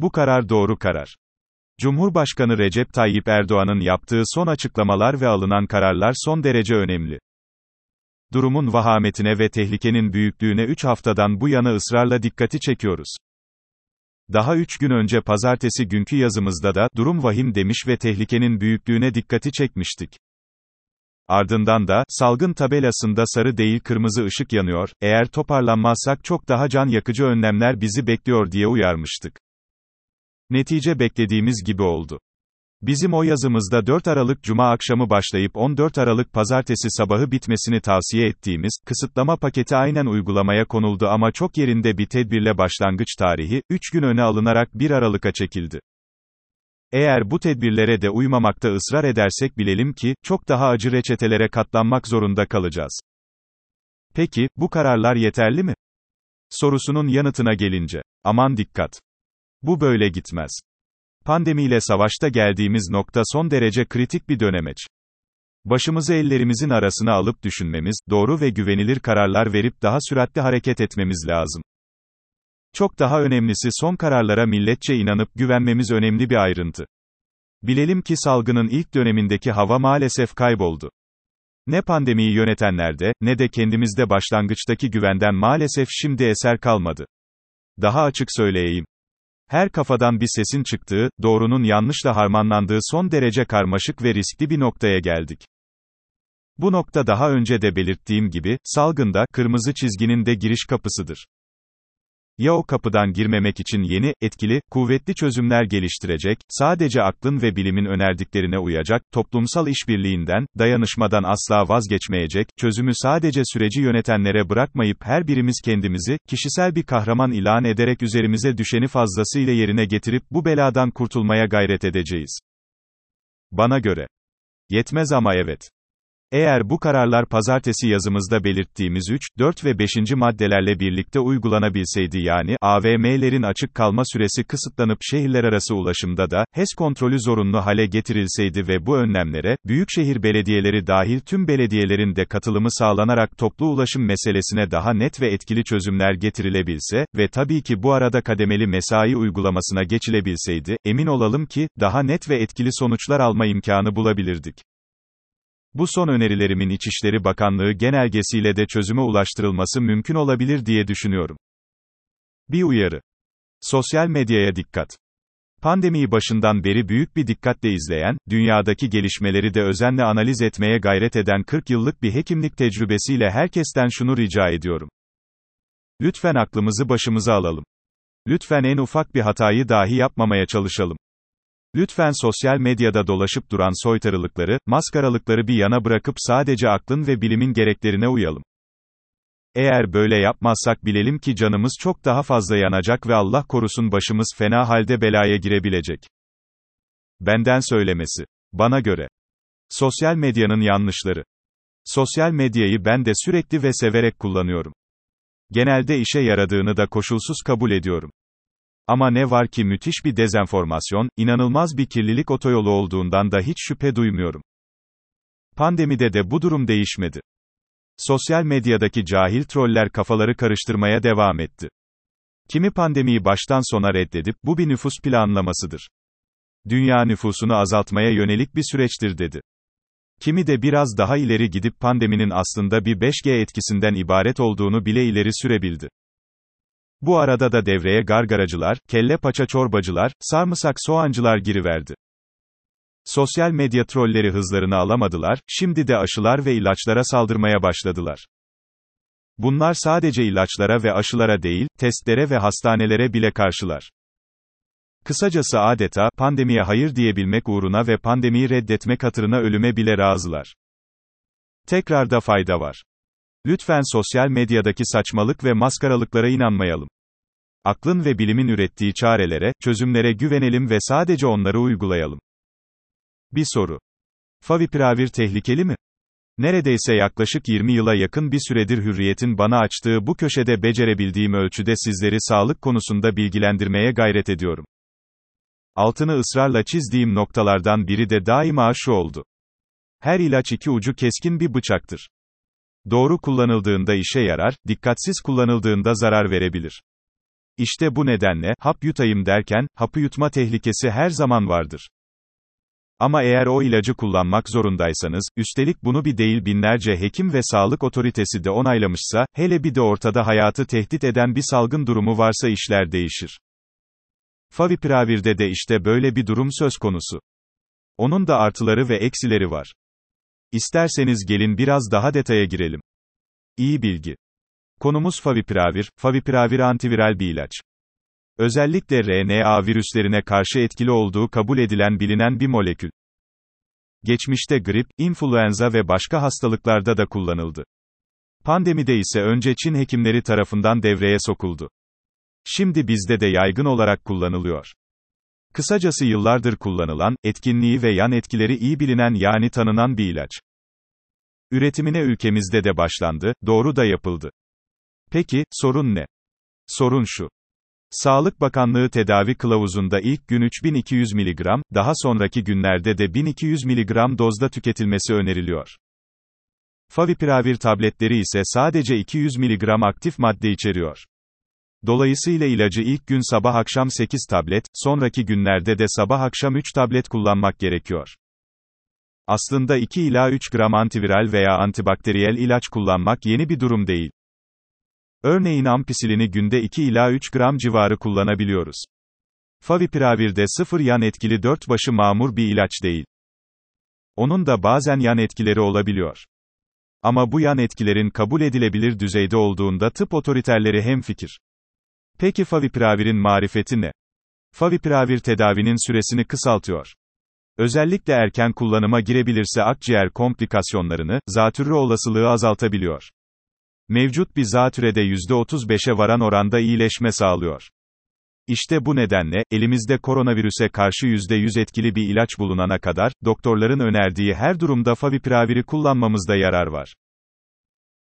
Bu karar doğru karar. Cumhurbaşkanı Recep Tayyip Erdoğan'ın yaptığı son açıklamalar ve alınan kararlar son derece önemli. Durumun vahametine ve tehlikenin büyüklüğüne 3 haftadan bu yana ısrarla dikkati çekiyoruz. Daha 3 gün önce pazartesi günkü yazımızda da, durum vahim demiş ve tehlikenin büyüklüğüne dikkati çekmiştik. Ardından da, salgın tabelasında sarı değil kırmızı ışık yanıyor, eğer toparlanmazsak çok daha can yakıcı önlemler bizi bekliyor diye uyarmıştık. Netice beklediğimiz gibi oldu. Bizim o yazımızda 4 Aralık Cuma akşamı başlayıp 14 Aralık Pazartesi sabahı bitmesini tavsiye ettiğimiz, kısıtlama paketi aynen uygulamaya konuldu ama çok yerinde bir tedbirle başlangıç tarihi, 3 gün öne alınarak 1 Aralık'a çekildi. Eğer bu tedbirlere de uymamakta ısrar edersek bilelim ki, çok daha acı reçetelere katlanmak zorunda kalacağız. Peki, bu kararlar yeterli mi? Sorusunun yanıtına gelince, aman dikkat! Bu böyle gitmez. Pandemiyle savaşta geldiğimiz nokta son derece kritik bir dönemeç. Başımızı ellerimizin arasına alıp düşünmemiz, doğru ve güvenilir kararlar verip daha süratli hareket etmemiz lazım. Çok daha önemlisi son kararlara milletçe inanıp güvenmemiz önemli bir ayrıntı. Bilelim ki salgının ilk dönemindeki hava maalesef kayboldu. Ne pandemiyi yönetenlerde, ne de kendimizde başlangıçtaki güvenden maalesef şimdi eser kalmadı. Daha açık söyleyeyim. Her kafadan bir sesin çıktığı, doğrunun yanlışla harmanlandığı son derece karmaşık ve riskli bir noktaya geldik. Bu nokta daha önce de belirttiğim gibi, salgında, kırmızı çizginin de giriş kapısıdır. Ya o kapıdan girmemek için yeni, etkili, kuvvetli çözümler geliştirecek, sadece aklın ve bilimin önerdiklerine uyacak, toplumsal işbirliğinden, dayanışmadan asla vazgeçmeyecek, çözümü sadece süreci yönetenlere bırakmayıp her birimiz kendimizi, kişisel bir kahraman ilan ederek üzerimize düşeni fazlasıyla yerine getirip bu beladan kurtulmaya gayret edeceğiz. Bana göre. Yetmez ama evet. Eğer bu kararlar pazartesi yazımızda belirttiğimiz 3, 4 ve 5. maddelerle birlikte uygulanabilseydi yani, AVM'lerin açık kalma süresi kısıtlanıp şehirler arası ulaşımda da, HES kontrolü zorunlu hale getirilseydi ve bu önlemlere, büyükşehir belediyeleri dahil tüm belediyelerin de katılımı sağlanarak toplu ulaşım meselesine daha net ve etkili çözümler getirilebilse ve tabii ki bu arada kademeli mesai uygulamasına geçilebilseydi, emin olalım ki, daha net ve etkili sonuçlar alma imkanı bulabilirdik. Bu son önerilerimin İçişleri Bakanlığı genelgesiyle de çözüme ulaştırılması mümkün olabilir diye düşünüyorum. Bir uyarı. Sosyal medyaya dikkat. Pandemiyi başından beri büyük bir dikkatle izleyen, dünyadaki gelişmeleri de özenle analiz etmeye gayret eden 40 yıllık bir hekimlik tecrübesiyle herkesten şunu rica ediyorum. Lütfen aklımızı başımıza alalım. Lütfen en ufak bir hatayı dahi yapmamaya çalışalım. Lütfen sosyal medyada dolaşıp duran soytarılıkları, maskaralıkları bir yana bırakıp sadece aklın ve bilimin gereklerine uyalım. Eğer böyle yapmazsak bilelim ki canımız çok daha fazla yanacak ve Allah korusun başımız fena halde belaya girebilecek. Benden söylemesi. Bana göre. Sosyal medyanın yanlışları. Sosyal medyayı ben de sürekli ve severek kullanıyorum. Genelde işe yaradığını da koşulsuz kabul ediyorum. Ama ne var ki müthiş bir dezenformasyon, inanılmaz bir kirlilik otoyolu olduğundan da hiç şüphe duymuyorum. Pandemide de bu durum değişmedi. Sosyal medyadaki cahil troller kafaları karıştırmaya devam etti. Kimi pandemiyi baştan sona reddedip, bu bir nüfus planlamasıdır. Dünya nüfusunu azaltmaya yönelik bir süreçtir dedi. Kimi de biraz daha ileri gidip pandeminin aslında bir 5G etkisinden ibaret olduğunu bile ileri sürebildi. Bu arada da devreye gargaracılar, kelle paça çorbacılar, sarımsak soğancılar giriverdi. Sosyal medya trolleri hızlarını alamadılar, şimdi de aşılar ve ilaçlara saldırmaya başladılar. Bunlar sadece ilaçlara ve aşılara değil, testlere ve hastanelere bile karşılar. Kısacası adeta, pandemiye hayır diyebilmek uğruna ve pandemiyi reddetmek hatırına ölüme bile razılar. Tekrarda fayda var. Lütfen sosyal medyadaki saçmalık ve maskaralıklara inanmayalım. Aklın ve bilimin ürettiği çarelere, çözümlere güvenelim ve sadece onları uygulayalım. Bir soru. Favipiravir tehlikeli mi? Neredeyse yaklaşık 20 yıla yakın bir süredir Hürriyet'in bana açtığı bu köşede becerebildiğim ölçüde sizleri sağlık konusunda bilgilendirmeye gayret ediyorum. Altını ısrarla çizdiğim noktalardan biri de daima şu oldu. Her ilaç iki ucu keskin bir bıçaktır. Doğru kullanıldığında işe yarar, dikkatsiz kullanıldığında zarar verebilir. İşte bu nedenle, hap yutayım derken, hapı yutma tehlikesi her zaman vardır. Ama eğer o ilacı kullanmak zorundaysanız, üstelik bunu bir değil binlerce hekim ve sağlık otoritesi de onaylamışsa, hele bir de ortada hayatı tehdit eden bir salgın durumu varsa işler değişir. Favipiravir'de de işte böyle bir durum söz konusu. Onun da artıları ve eksileri var. İsterseniz gelin biraz daha detaya girelim. İyi bilgi. Konumuz favipiravir. Favipiravir antiviral bir ilaç. Özellikle RNA virüslerine karşı etkili olduğu kabul edilen bilinen bir molekül. Geçmişte grip, influenza ve başka hastalıklarda da kullanıldı. Pandemide ise önce Çin hekimleri tarafından devreye sokuldu. Şimdi bizde de yaygın olarak kullanılıyor. Kısacası yıllardır kullanılan, etkinliği ve yan etkileri iyi bilinen yani tanınan bir ilaç. Üretimine ülkemizde de başlandı, doğru da yapıldı. Peki, sorun ne? Sorun şu. Sağlık Bakanlığı tedavi kılavuzunda ilk gün 3200 mg, daha sonraki günlerde de 1200 mg dozda tüketilmesi öneriliyor. Favipiravir tabletleri ise sadece 200 mg aktif madde içeriyor. Dolayısıyla ilacı ilk gün sabah akşam 8 tablet, sonraki günlerde de sabah akşam 3 tablet kullanmak gerekiyor. Aslında 2 ila 3 gram antiviral veya antibakteriyel ilaç kullanmak yeni bir durum değil. Örneğin ampisilini günde 2 ila 3 gram civarı kullanabiliyoruz. Favipiravir de sıfır yan etkili dört başı mamur bir ilaç değil. Onun da bazen yan etkileri olabiliyor. Ama bu yan etkilerin kabul edilebilir düzeyde olduğunda tıp otoriterleri hemfikir. Peki Favipiravir'in marifeti ne? Favipiravir tedavinin süresini kısaltıyor. Özellikle erken kullanıma girebilirse akciğer komplikasyonlarını, zatürre olasılığı azaltabiliyor. Mevcut bir zatürrede %35'e varan oranda iyileşme sağlıyor. İşte bu nedenle, elimizde koronavirüse karşı %100 etkili bir ilaç bulunana kadar, doktorların önerdiği her durumda Favipiravir'i kullanmamızda yarar var.